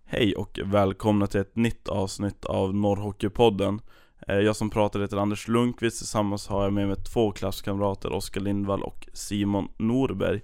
Hej och välkomna till ett nytt avsnitt av Norrhockeypodden. Jag som pratar heter Anders Lundqvist. Tillsammans har jag med mig två klasskamrater, Oskar Lindvall och Simon Norberg.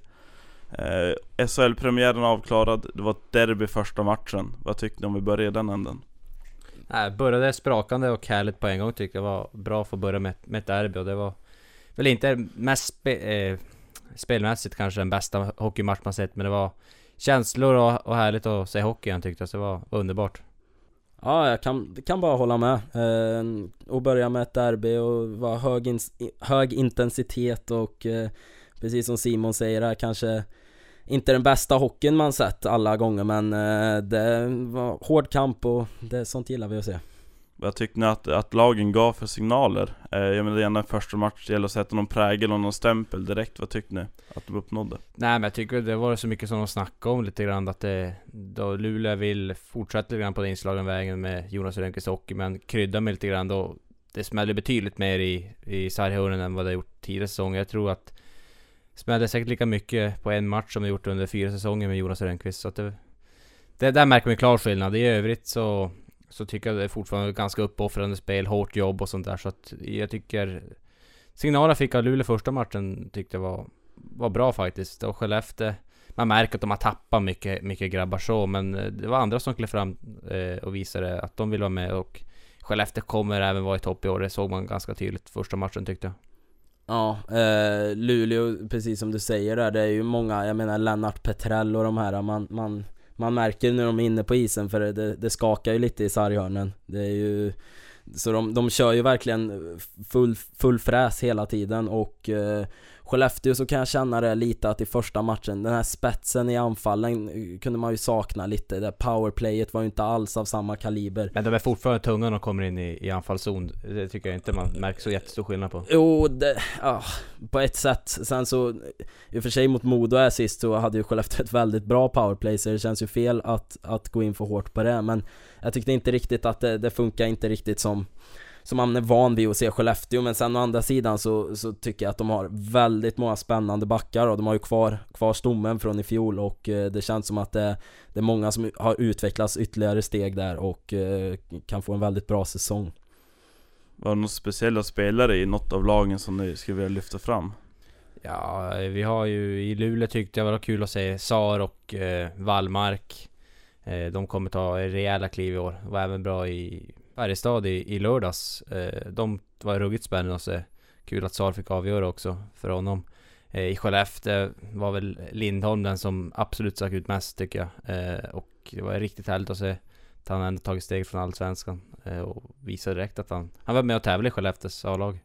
SHL-premiären avklarad. Det var ett derby första matchen. Vad tyckte ni om vi började den änden? Började sprakande och härligt på en gång, tyckte jag. Var bra för att börja med ett derby. Och det var väl inte mest spelmässigt kanske den bästa hockeymatch man sett, men det var känslor och härligt att se hockey igen, tyckte jag. Så det var underbart. Ja, jag kan bara hålla med. Och börja med ett derby och var hög intensitet och precis som Simon säger här, kanske inte den bästa hockeyn man sett alla gånger, men det var hård kamp och det är sånt gillar vi att se. Vad tyckte ni att lagen gav för signaler? Jag menar, gärna första match gäller att sätta någon prägel och någon stämpel direkt. Vad tyckte ni att de uppnådde? Nej, men jag tycker det var så mycket som de snackade om lite grann, att då Luleå vill fortsätta lite grann på den inslagen vägen med Jonas Rönnqvist hockey, men krydda med lite grann då. Det smällde betydligt mer i Sarghörnen än vad det gjort tidigare säsonger. Jag tror att smällde säkert lika mycket på en match som det gjort under 4 säsonger med Jonas Rönnqvist. Så att det där märker man klar skillnad. I övrigt så tycker jag det är fortfarande ganska uppoffrande spel, hårt jobb och sånt där. Så att jag tycker signalerna fick av Luleå första matchen tyckte jag var bra faktiskt. Och Skellefteå, man märker att de har tappat mycket grabbar så, men det var andra som klev fram och visade att de vill vara med. Och Skellefteå kommer även vara i topp i år. Det såg man ganska tydligt första matchen, tyckte jag. Ja, Luleå, precis som du säger där, det är ju många, jag menar Lennart Petrell och de här, man märker när de är inne på isen, för det skakar ju lite i sarghörnen. Det är ju så de kör ju verkligen full fräs hela tiden. Och Skellefteå, så kan jag känna det lite att i första matchen, den här spetsen i anfallen kunde man ju sakna lite. Det powerplayet var ju inte alls av samma kaliber. Men de är fortfarande tunga när de kommer in i anfallszon. Det tycker jag inte man märker så jättestor skillnad på. Jo, på ett sätt. Sen så, i och för sig mot Modo här sist, så hade ju Skellefteå ett väldigt bra powerplay, så det känns ju fel att gå in för hårt på det. Men jag tyckte inte riktigt att det funkar inte riktigt som man är van vid att se Skellefteå. Men sen å andra sidan så tycker jag att de har väldigt många spännande backar, och de har ju kvar stommen från i fjol, och det känns som att det är många som har utvecklats ytterligare steg där och kan få en väldigt bra säsong. Var det några speciella spelare i något av lagen som ni skulle vilja lyfta fram? Ja, vi har ju i Luleå, tyckte jag var kul att se Sar och Wallmark. De kommer ta rejäla kliv i år. Var även bra i Färjestad i lördags. De var ruggigt spännande att se. Kul att Sar fick avgöra också för honom. I Skellefteå var väl Lindholm den som absolut stack ut mest, tycker jag. Och det var riktigt härligt att se att han ändå tagit steg från Allsvenskan och visade direkt att han var med och tävlade i Skellefteås A-lag.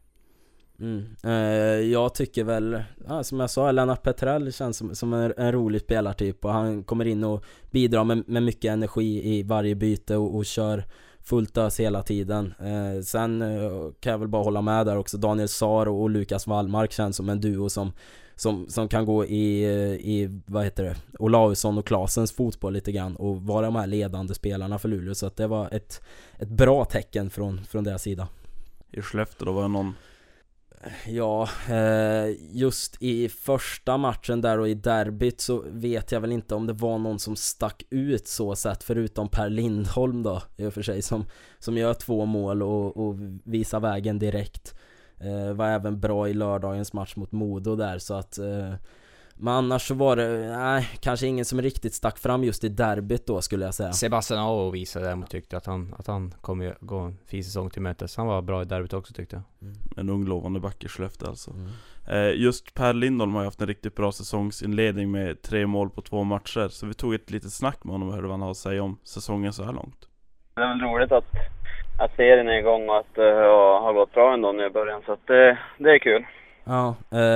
Jag tycker väl, som jag sa, Lennart Petrell känns som en rolig spelartyp, och han kommer in och bidrar med mycket energi i varje byte och kör fullt ös hela tiden. Sen kan jag väl bara hålla med där också. Daniel Sar och Lukas Wallmark känns som en duo som kan gå i vad heter det, Olausson och Klasens fotboll lite grann och vara de här ledande spelarna för Luleå. Så att det var ett bra tecken från deras sida. I Skellefteå då var det någon? Ja, just i första matchen där och i derbyt så vet jag väl inte om det var någon som stack ut så sett, förutom Per Lindholm då, i och för sig, som gör 2 mål och visar vägen direkt. Var även bra i lördagens match mot Modo där, så att men annars så var det kanske ingen som riktigt stack fram just i derbyt då, skulle jag säga. Sebastian Aho visade det, och tyckte att han kommer gå en fin säsong till mötes. Han var bra i derbyt också, tyckte jag. En ung lovande back i Skellefteå alltså. Just Per Lindholm har ju haft en riktigt bra säsongsinledning med 3 mål på 2 matcher. Så vi tog ett litet snack med honom och hörde vad han har att säga om säsongen så här långt. Det är väl roligt att serien är igång och att det har gått bra ändå nu i början. Så att det är kul. Ja,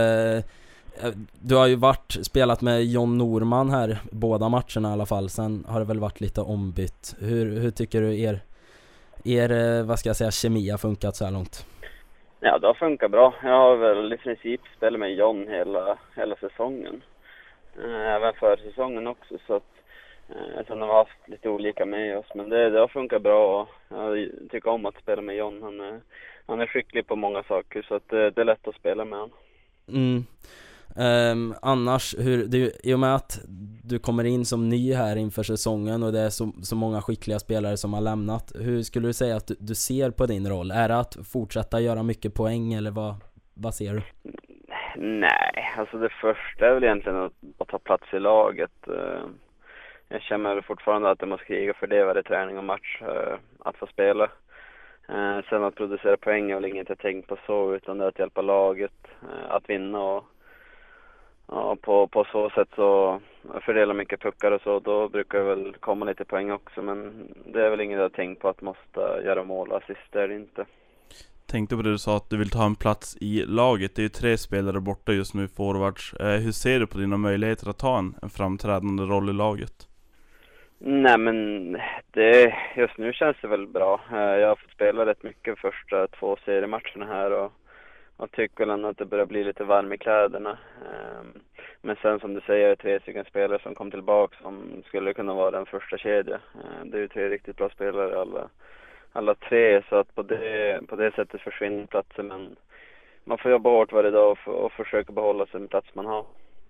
du har ju spelat med John Norman här båda matcherna i alla fall. Sen har det väl varit lite ombytt. Hur tycker du er vad ska jag säga, kemi har funkat så här långt? Ja, det har funkat bra. Jag har väl i princip spelat med John hela säsongen. Även för säsongen också, så att jag tror de har haft lite olika med oss, men det har funkat bra, och jag tycker om att spela med John. Han är skicklig på många saker, så att det är lätt att spela med honom. Annars, i och med att du kommer in som ny här inför säsongen och det är så många skickliga spelare som har lämnat, hur skulle du säga att du ser på din roll? Är det att fortsätta göra mycket poäng eller vad ser du? Nej, alltså det första är väl egentligen att ta plats i laget. Jag känner fortfarande att jag måste kriga för det varje träning och match, att få spela. Sen att producera poäng är väl inget jag tänkt på så, utan det är att hjälpa laget att vinna och på så sätt så fördela mycket puckar och så, då brukar det väl komma lite poäng också, men det är väl inget jag tänkt på att måste göra mål och assist, är det inte. Tänkte på det du sa att du vill ta en plats i laget. Det är ju 3 spelare borta just nu, forwards. Hur ser du på dina möjligheter att ta en framträdande roll i laget? Nej, men just nu känns det väl bra. Jag har fått spela rätt mycket första 2 seriematcherna här och tycker väl att det börjar bli lite varm i kläderna. Men sen som du säger, 3 stycken spelare som kom tillbaka som skulle kunna vara den första kedja. Det är ju 3 riktigt bra spelare alla 3, så att på det sättet försvinner platsen, men man får jobba hårt varje dag och försöka behålla sin plats man har.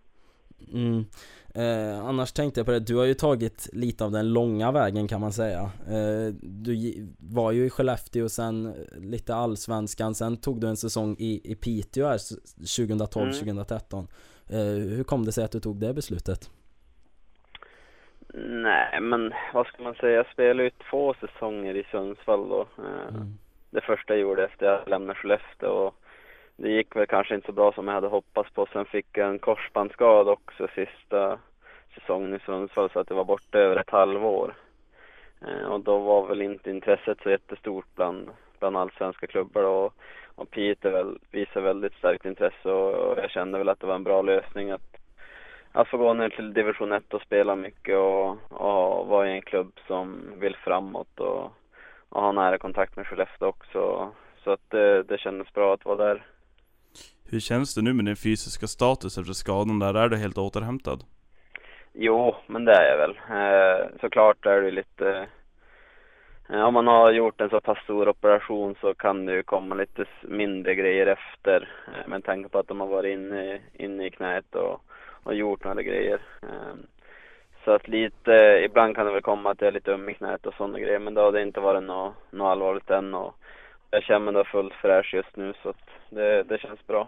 Annars tänkte jag på det, du har ju tagit lite av den långa vägen kan man säga. Du var ju i Skellefteå och sen lite allsvenskan, sen tog du en säsong i Piteå här 2012-2013. Hur kom det sig att du tog det beslutet? Nej, men vad ska man säga, jag spelade ju 2 säsonger i Sundsvall då. Det första jag gjorde efter jag lämnade Skellefteå, och det gick väl kanske inte så bra som jag hade hoppats på. Sen fick jag en korsbandsskada också sista säsongen i Sundsvall, så att det var borta över ett halvår. Och då var väl inte intresset så jättestort bland allsvenska klubbar, och Peter visade väldigt starkt intresse, och jag kände väl att det var en bra lösning att få gå ner till division 1 och spela mycket och vara i en klubb som vill framåt och ha nära kontakt med Skellefteå också. Så att det kändes bra att vara där. Hur känns det nu med din fysiska status efter skadan där? Är du helt återhämtad? Jo, men det är jag väl. Såklart är det lite... Om man har gjort en så pass stor operation så kan det ju komma lite mindre grejer efter. Med tanke på att de har varit inne i knät och gjort några grejer. Så att ibland kan det väl komma att jag är lite öm i knät och sådana grejer. Men då har det inte varit något allvarligt än. Och jag känner mig då fullt fräsch just nu, så att det känns bra.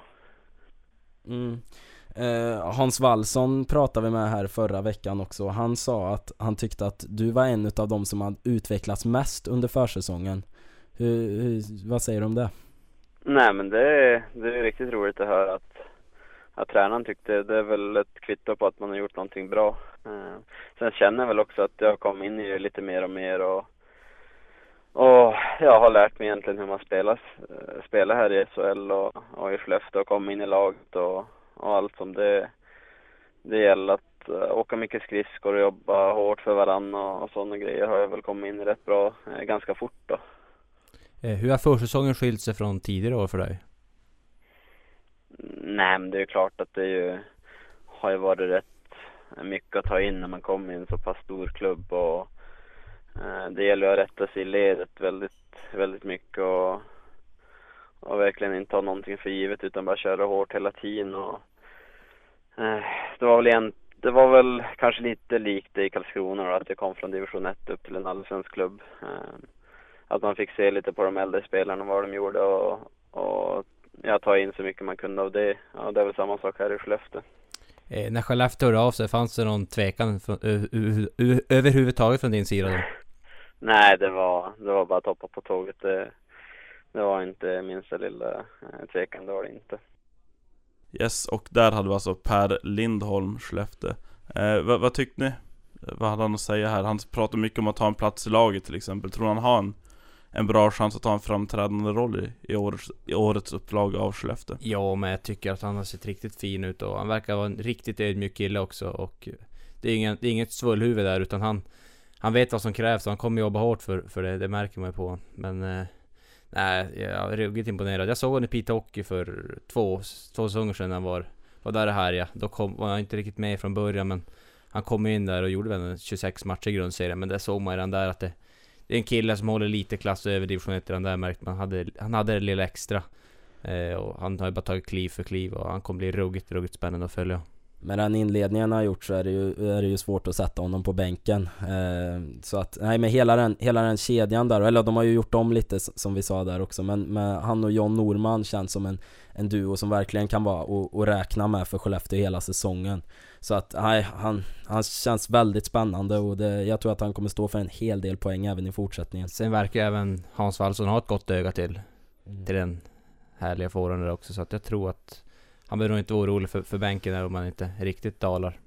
Hans Wallson pratade vi med här förra veckan också. Han sa att han tyckte att du var en av dem som hade utvecklats mest under försäsongen. Vad säger du om det? Nej, men det är riktigt roligt att höra att tränaren tyckte. Det är väl ett kvitto på att man har gjort någonting bra. Sen känner jag väl också att jag kom in i lite mer och mer, och jag har lärt mig egentligen hur man spelar här i SHL och i Skellefteå, och kom in i laget och allt som det gäller att åka mycket skridskor och jobba hårt för varandra och sådana grejer har jag väl kommit in i rätt bra ganska fort då. Hur har försäsongen skilt sig från tidigare år för dig? Nej, men det är ju klart att har ju varit rätt mycket att ta in när man kommer i en så pass stor klubb, och det gäller att rätta sig i ledet väldigt, väldigt mycket och verkligen inte ta någonting för givet utan bara köra hårt hela tiden. Och det var väl kanske lite likt i Karlskrona då, att jag kom från division 1 upp till en allsvensk klubb. Att man fick se lite på de äldre spelarna vad de gjorde och ta in så mycket man kunde av det. Ja, det är väl samma sak här i Skellefteå. När Skellefteå hörde av sig, fanns det någon tvekan överhuvudtaget från din sida då? Nej, det var bara att hoppa på tåget. Det var inte minsta lilla tvekan, det var det inte. Yes, och där hade vi alltså Per Lindholm, Skellefteå. Vad tyckte ni? Vad hade han att säga här? Han pratade mycket om att ta en plats i laget till exempel. Tror han har en bra chans att ta en framträdande roll i årets upplag av Skellefteå? Ja, men jag tycker att han har sett riktigt fin ut, och han verkar vara en riktigt ödmjuk kille också, och det är inget svullhuvud där, utan han vet vad som krävs, och han kommer jobba hårt för det märker man ju på. Men nej, jag är ruggigt imponerad. Jag såg honom i Piteå Hockey för två säsonger sedan han var där här, ja. Då var han inte riktigt med från början, men han kom in där och gjorde väl 26 matcher i grundserien. Men det såg man redan där att det är en kille som håller lite klass över division 1 redan där, märkt man. Han hade det lilla extra. Och han har ju bara tagit kliv för kliv och han kommer bli ruggigt spännande att följa. Med den inledningen han har gjort så är det ju svårt att sätta honom på bänken. Så att, nej, men hela den kedjan där, eller de har ju gjort om lite som vi sa där också, men med han och John Norman känns som en duo som verkligen kan vara och räkna med för Skellefteå hela säsongen. Så att nej, han känns väldigt spännande och jag tror att han kommer stå för en hel del poäng även i fortsättningen. Sen verkar även Hans Wallson ha ett gott öga till den härliga forwarden där också, så att jag tror att han behöver nog inte vara orolig för bänken där om man inte riktigt dalar.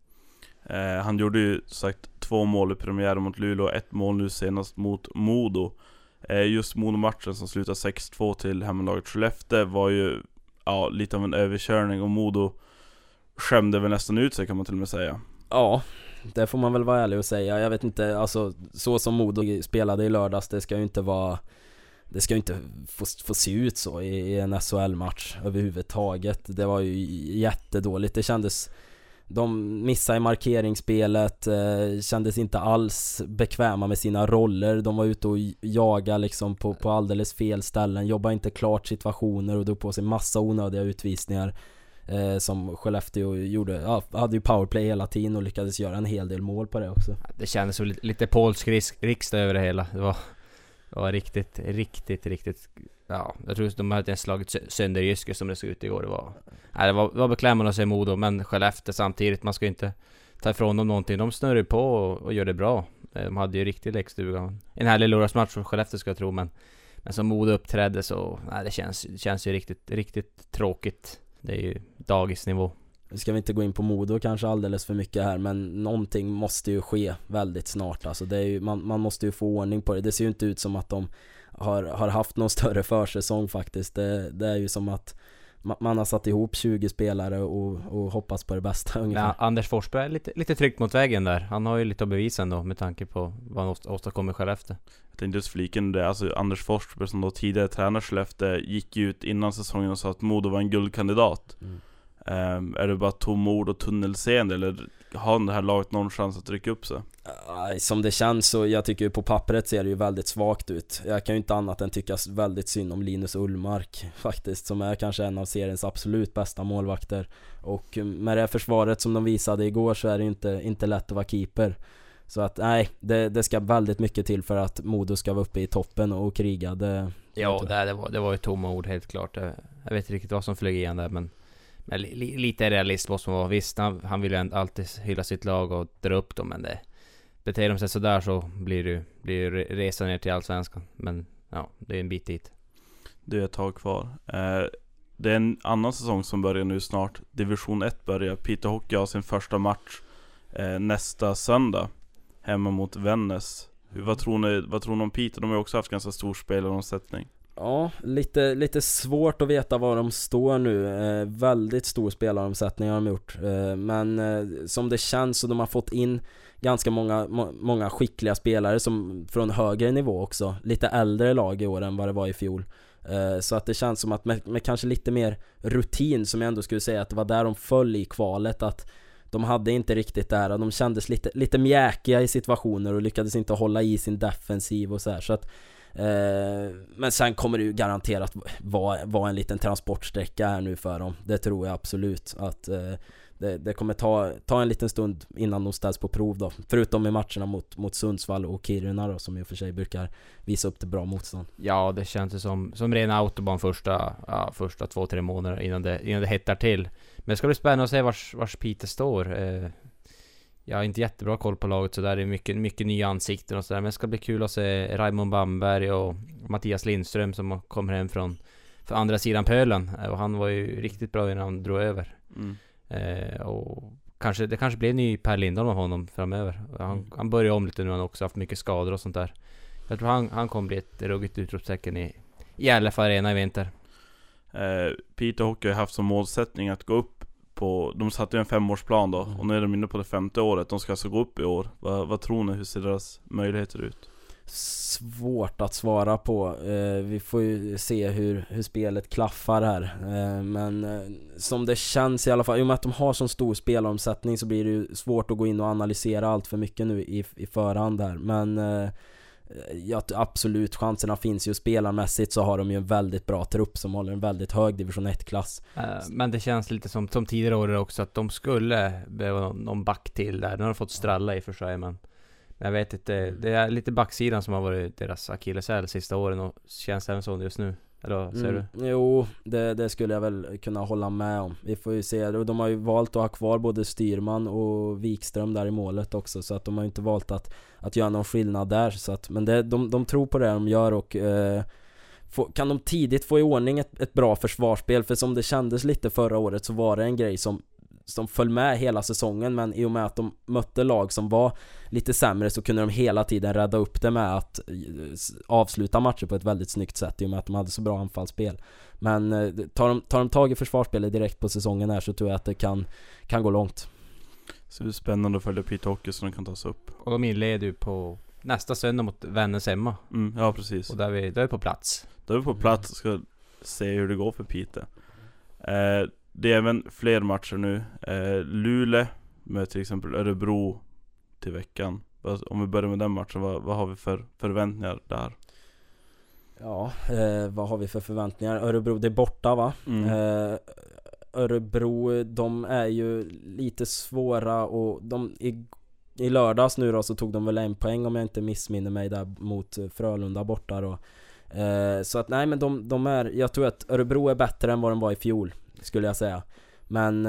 Han gjorde ju sagt 2 mål i premiären mot Luleå och 1 mål nu senast mot Modo. Just Modo-matchen som slutade 6-2 till hemmalaget Skellefteå var ju lite av en överkörning, och Modo skämde väl nästan ut sig, kan man till och med säga. Ja, det får man väl vara ärlig och säga. Jag vet inte, alltså så som Modo spelade i lördags, det ska ju inte få se ut så i en SHL-match överhuvudtaget. Det var ju jättedåligt. Det kändes, de missade i markeringsspelet, kändes inte alls bekväma med sina roller. De var ute och jagade liksom på alldeles fel ställen, jobbade inte klart situationer och drog på sig massa onödiga utvisningar. Som Skellefteå gjorde, hade ju powerplay hela tiden och lyckades göra en hel del mål på det också. Det kändes så lite polsk riksdag över det hela. Det var riktigt, ja, jag tror att de hade slagit sönder Jyske som det såg ut igår. Det var beklämmande att se Modo, men Skellefteå samtidigt, man ska inte ta ifrån dem någonting. De snurrar på och gör det bra. De hade ju riktigt läckstuga. En härlig lördagsmatch för Skellefteå ska jag tro, men som Modo uppträdde så, det känns ju riktigt tråkigt. Det är ju dagisnivå. Nu ska vi inte gå in på Modo kanske alldeles för mycket här, men någonting måste ju ske väldigt snart. Alltså det är ju, man måste ju få ordning på det. Det ser ju inte ut som att de har haft någon större försäsong faktiskt. Det är ju som att man har satt ihop 20 spelare och hoppas på det bästa ungefär. Ja, Anders Forsberg är lite tryckt mot vägen där. Han har ju lite att bevisa ändå med tanke på vad han åstadkommer själv efter. Jag tänkte just fliken det, alltså Anders Forsberg som då tidigare tränare Skellefteå gick ut innan säsongen och sa att Modo var en guldkandidat. Är det bara tom ord och tunnelseende, eller har det här laget någon chans att rycka upp sig? Som det känns så, jag tycker ju på pappret ser det ju väldigt svagt ut. Jag kan ju inte annat än tycka väldigt synd om Linus Ullmark faktiskt, som är kanske en av seriens absolut bästa målvakter. Och med det försvaret som de visade igår så är det inte lätt att vara keeper. Så att nej, det ska väldigt mycket till för att Modo ska vara uppe i toppen och kriga. Det var ju tomma ord helt klart. Jag vet inte riktigt vad som flög igen där, men lite realism måste man vara. Visst, han vill ju alltid hylla sitt lag och dra upp dem, men beter de sig så där så blir det resa ner till Allsvenskan. Men ja, det är en bit dit. Det är ett tag kvar. Det är en annan säsong som börjar nu snart. Division 1 börjar. Piteå Hockey har sin första match nästa söndag hemma mot Vännäs. Vad tror ni om Piteå? De har ju också haft ganska stor spelaromsättning. Ja, lite svårt att veta var de står nu. Väldigt stor spelaromsättning har de gjort. Men som det känns så de har fått in ganska många skickliga spelare som från högre nivå också. Lite äldre lag i år än vad det var i fjol. Så att det känns som att med kanske lite mer rutin, som jag ändå skulle säga att det var där de föll i kvalet, att de hade inte riktigt det här. De kändes lite mjäkiga i situationer och lyckades inte hålla i sin defensiv och så här. Så att men sen kommer det ju garanterat vara en liten transportsträcka här nu för dem. Det tror jag absolut att det kommer ta en liten stund innan de ställs på prov då. Förutom i matcherna mot Sundsvall och Kiruna då, som i och för sig brukar visa upp det bra motstånd. Ja, det känns som ren autobahn första 2-3 månader innan det hettar till. Men det ska bli spännande att se vars Peter står. Jag har inte jättebra koll på laget, så där är mycket nya ansikten och sådär. Men det ska bli kul att se Raymond Bamberg och Mattias Lindström som kommer hem från andra sidan pölen. Och han var ju riktigt bra innan han drog över. Och det kanske blir en ny Per Lindholm av honom framöver. Han börjar om lite nu, han har också haft mycket skador och sånt där. Jag tror han kommer bli ett ruggigt utropstecken i LF Arena i vinter. Piteå Hockey har haft som målsättning att gå upp på, de satte ju en 5-årsplan då, och nu är de inne på det 5:e året. De ska alltså gå upp i år. Vad tror ni, hur ser deras möjligheter ut? Svårt att svara på. Vi får ju se hur spelet klaffar här. Men som det känns i alla fall, i och med att de har sån stor spelomsättning, så blir det ju svårt att gå in och analysera allt för mycket nu i förhand här. Men Ja, absolut, chanserna finns ju. Spelarmässigt så har de ju en väldigt bra trupp som håller en väldigt hög division 1-klass. Men det känns lite som tidigare år också att de skulle behöva någon back till där. Nu har de fått stralla i för sig, men jag vet inte, det är lite backsidan som har varit deras akilleshäl sista åren och känns även så just nu. Eller säger du? Jo, det skulle jag väl kunna hålla med om. Vi får ju se, och de har ju valt att ha kvar både Styrman och Wikström där i målet också, så att de har ju inte valt att göra någon skillnad där, så att, men de tror på det de gör och kan de tidigt få i ordning ett bra försvarsspel, för som det kändes lite förra året så var det en grej som föll med hela säsongen, men i och med att de mötte lag som var lite sämre så kunde de hela tiden rädda upp det med att avsluta matcher på ett väldigt snyggt sätt i och med att de hade så bra anfallsspel. Men tar de tag i försvarsspelet direkt på säsongen här så tror jag att det kan gå långt. Så det är spännande att följa Pete Hockey så de kan tas upp. Och de inleder ju på nästa söndag mot Vännäs hemma. Ja, precis. Och där är vi på plats. Då är vi på plats och ska se hur det går för Pite. Det är även fler matcher nu. Luleå med till exempel Örebro till veckan. Om vi börjar med den matchen, vad har vi för förväntningar där? Ja, vad har vi för förväntningar? Örebro, det är borta va? Örebro, de är ju lite svåra och i lördags nu då så tog de väl 1 poäng om jag inte missminner mig där mot Frölunda borta då. Så att nej, men de är, jag tror att Örebro är bättre än vad de var i fjol, skulle jag säga. Men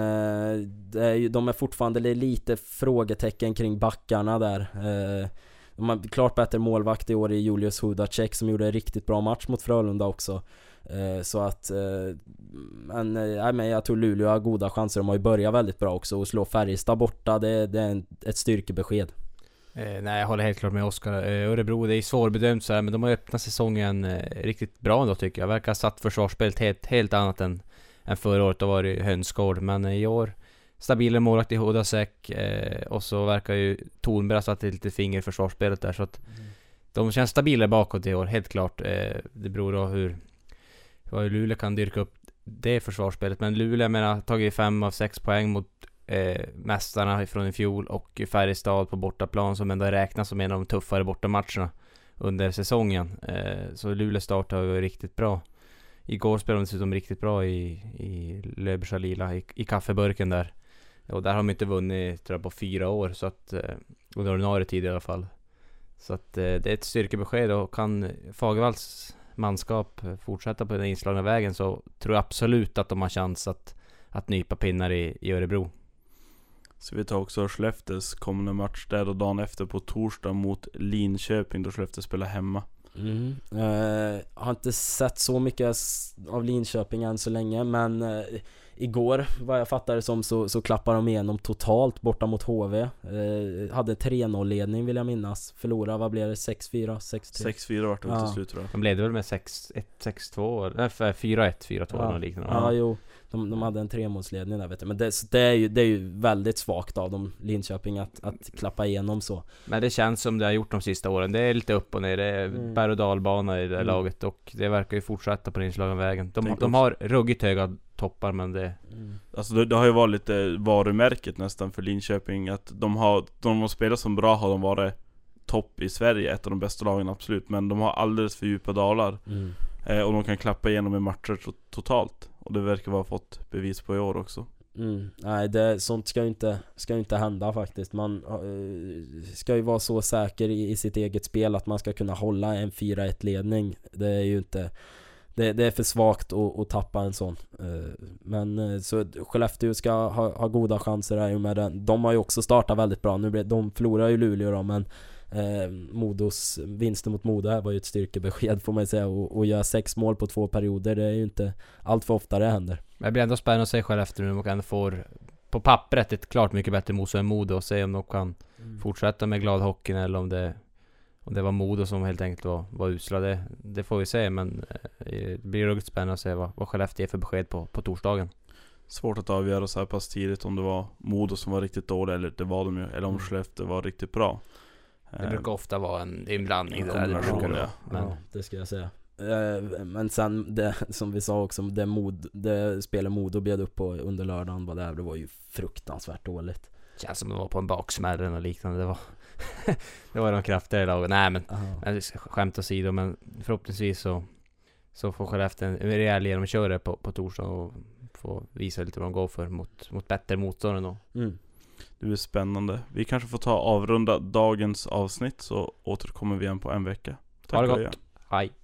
de är fortfarande lite frågetecken kring backarna där. De har klart bättre målvakt i år i Julius Hudacek som gjorde en riktigt bra match mot Frölunda också. Så att men jag tror Luleå har goda chanser. De har ju börjat väldigt bra också och slå Färjestad borta, det är ett styrkebesked. Nej, jag håller helt klart med Oskar. Örebro, det är svårbedömt så här, men de har öppnat säsongen riktigt bra då tycker jag. Verkar ha satt försvarsspelet helt annat än förra året. Då var det hönsgård, men i år stabilare målvakt i Hudacek och så verkar ju Thornberg ha satt lite finger i försvarsspelet där, så att de känns stabilare bakåt i år, helt klart. Det beror då hur Luleå kan dyrka upp det försvarsspelet, men Luleå har tagit 5 av 6 poäng mot mästarna från i fjol och Färjestad på bortaplan som ändå räknas som en av de tuffare bortamatcherna under säsongen. Så Luleå start har ju riktigt bra. Igår spelade de dessutom riktigt bra i Löfbergs Lila i kaffeburken där. Och där har de inte vunnit tror jag, på 4 år, så att under ordinarie tid i alla fall. Så att det är ett styrkebesked, och kan Fagervalls manskap fortsätta på den inslagna vägen så tror jag absolut att de har chans att nypa pinnar i Örebro. Så vi tar också Skellefteås kommande match där och dagen efter på torsdag mot Linköping då Skellefteå spelar hemma. Har inte sett så mycket av Linköping än så länge, men igår, vad jag fattade som, så klappar de igenom totalt borta mot HV. Hade 3-0 ledning vill jag minnas. Förlorade, vad blev det? 6-4, 6-3? 6-4 vart det till slut tror jag. De ledde väl med 6-1, 6-2 eller 4-1, 4-2 eller liknande. Ja, jo. De hade en 3-målsledning där, vet jag. Men det är ju väldigt svagt av dem, Linköping, att klappa igenom så. Men det känns som det har gjort de sista åren. Det är lite upp och ner. Det är berg- och dalbana i det laget. Och det verkar ju fortsätta på den inslagen vägen. De har ruggigt höga toppar, men det... Alltså det har ju varit lite varumärket nästan för Linköping. Att de har spelat som bra, har de varit topp i Sverige. Ett av de bästa lagen absolut. Men de har alldeles för djupa dalar. Och de kan klappa igenom i matcher totalt. Och det verkar vara fått bevis på i år också. Nej, sånt ska ju inte hända faktiskt. Man ska ju vara så säker i sitt eget spel att man ska kunna hålla en 4-1-ledning. Det är ju inte... Det är för svagt att tappa en sån. Men så Skellefteå ska ha goda chanser här med den. De har ju också startat väldigt bra. De förlorar ju Luleå då, men Modos vinsten mot Modo här var ju ett styrkebesked får man säga, och göra 6 mål på 2 perioder, det är ju inte allt för ofta det händer. Det blir ändå spännande att se själv efter nu, om de kan få på pappret ett klart mycket bättre motstånd än Modo, och se om de kan fortsätta med glad hockeyn eller om det var Modo som helt enkelt var usla. Det får vi se, men det blir ruggigt spännande att se vad Skellefteå är för besked på torsdagen. Svårt att avgöra så här pass tidigt om det var Modo som var riktigt dålig, eller det var de ju, eller om Skellefteå var riktigt bra. Det brukar ofta vara en blandning det där. Ja, det ska jag säga. Men sen det, som vi sa också, det spelet Modo bjöd upp på under lördagen, det var ju fruktansvärt dåligt. Känns som det var på en baksmäll eller liknande. Det var de kraftigare lagen. Nej men, Aha. skämt åsido, men förhoppningsvis så får Skellefteå en rejäl genomkörare på torsdag och få visa lite vad de går för mot bättre motstånd då. Det är spännande. Vi kanske får ta avrunda dagens avsnitt, så återkommer vi igen på en vecka. Ha det Tack och gott. adjö. Hej.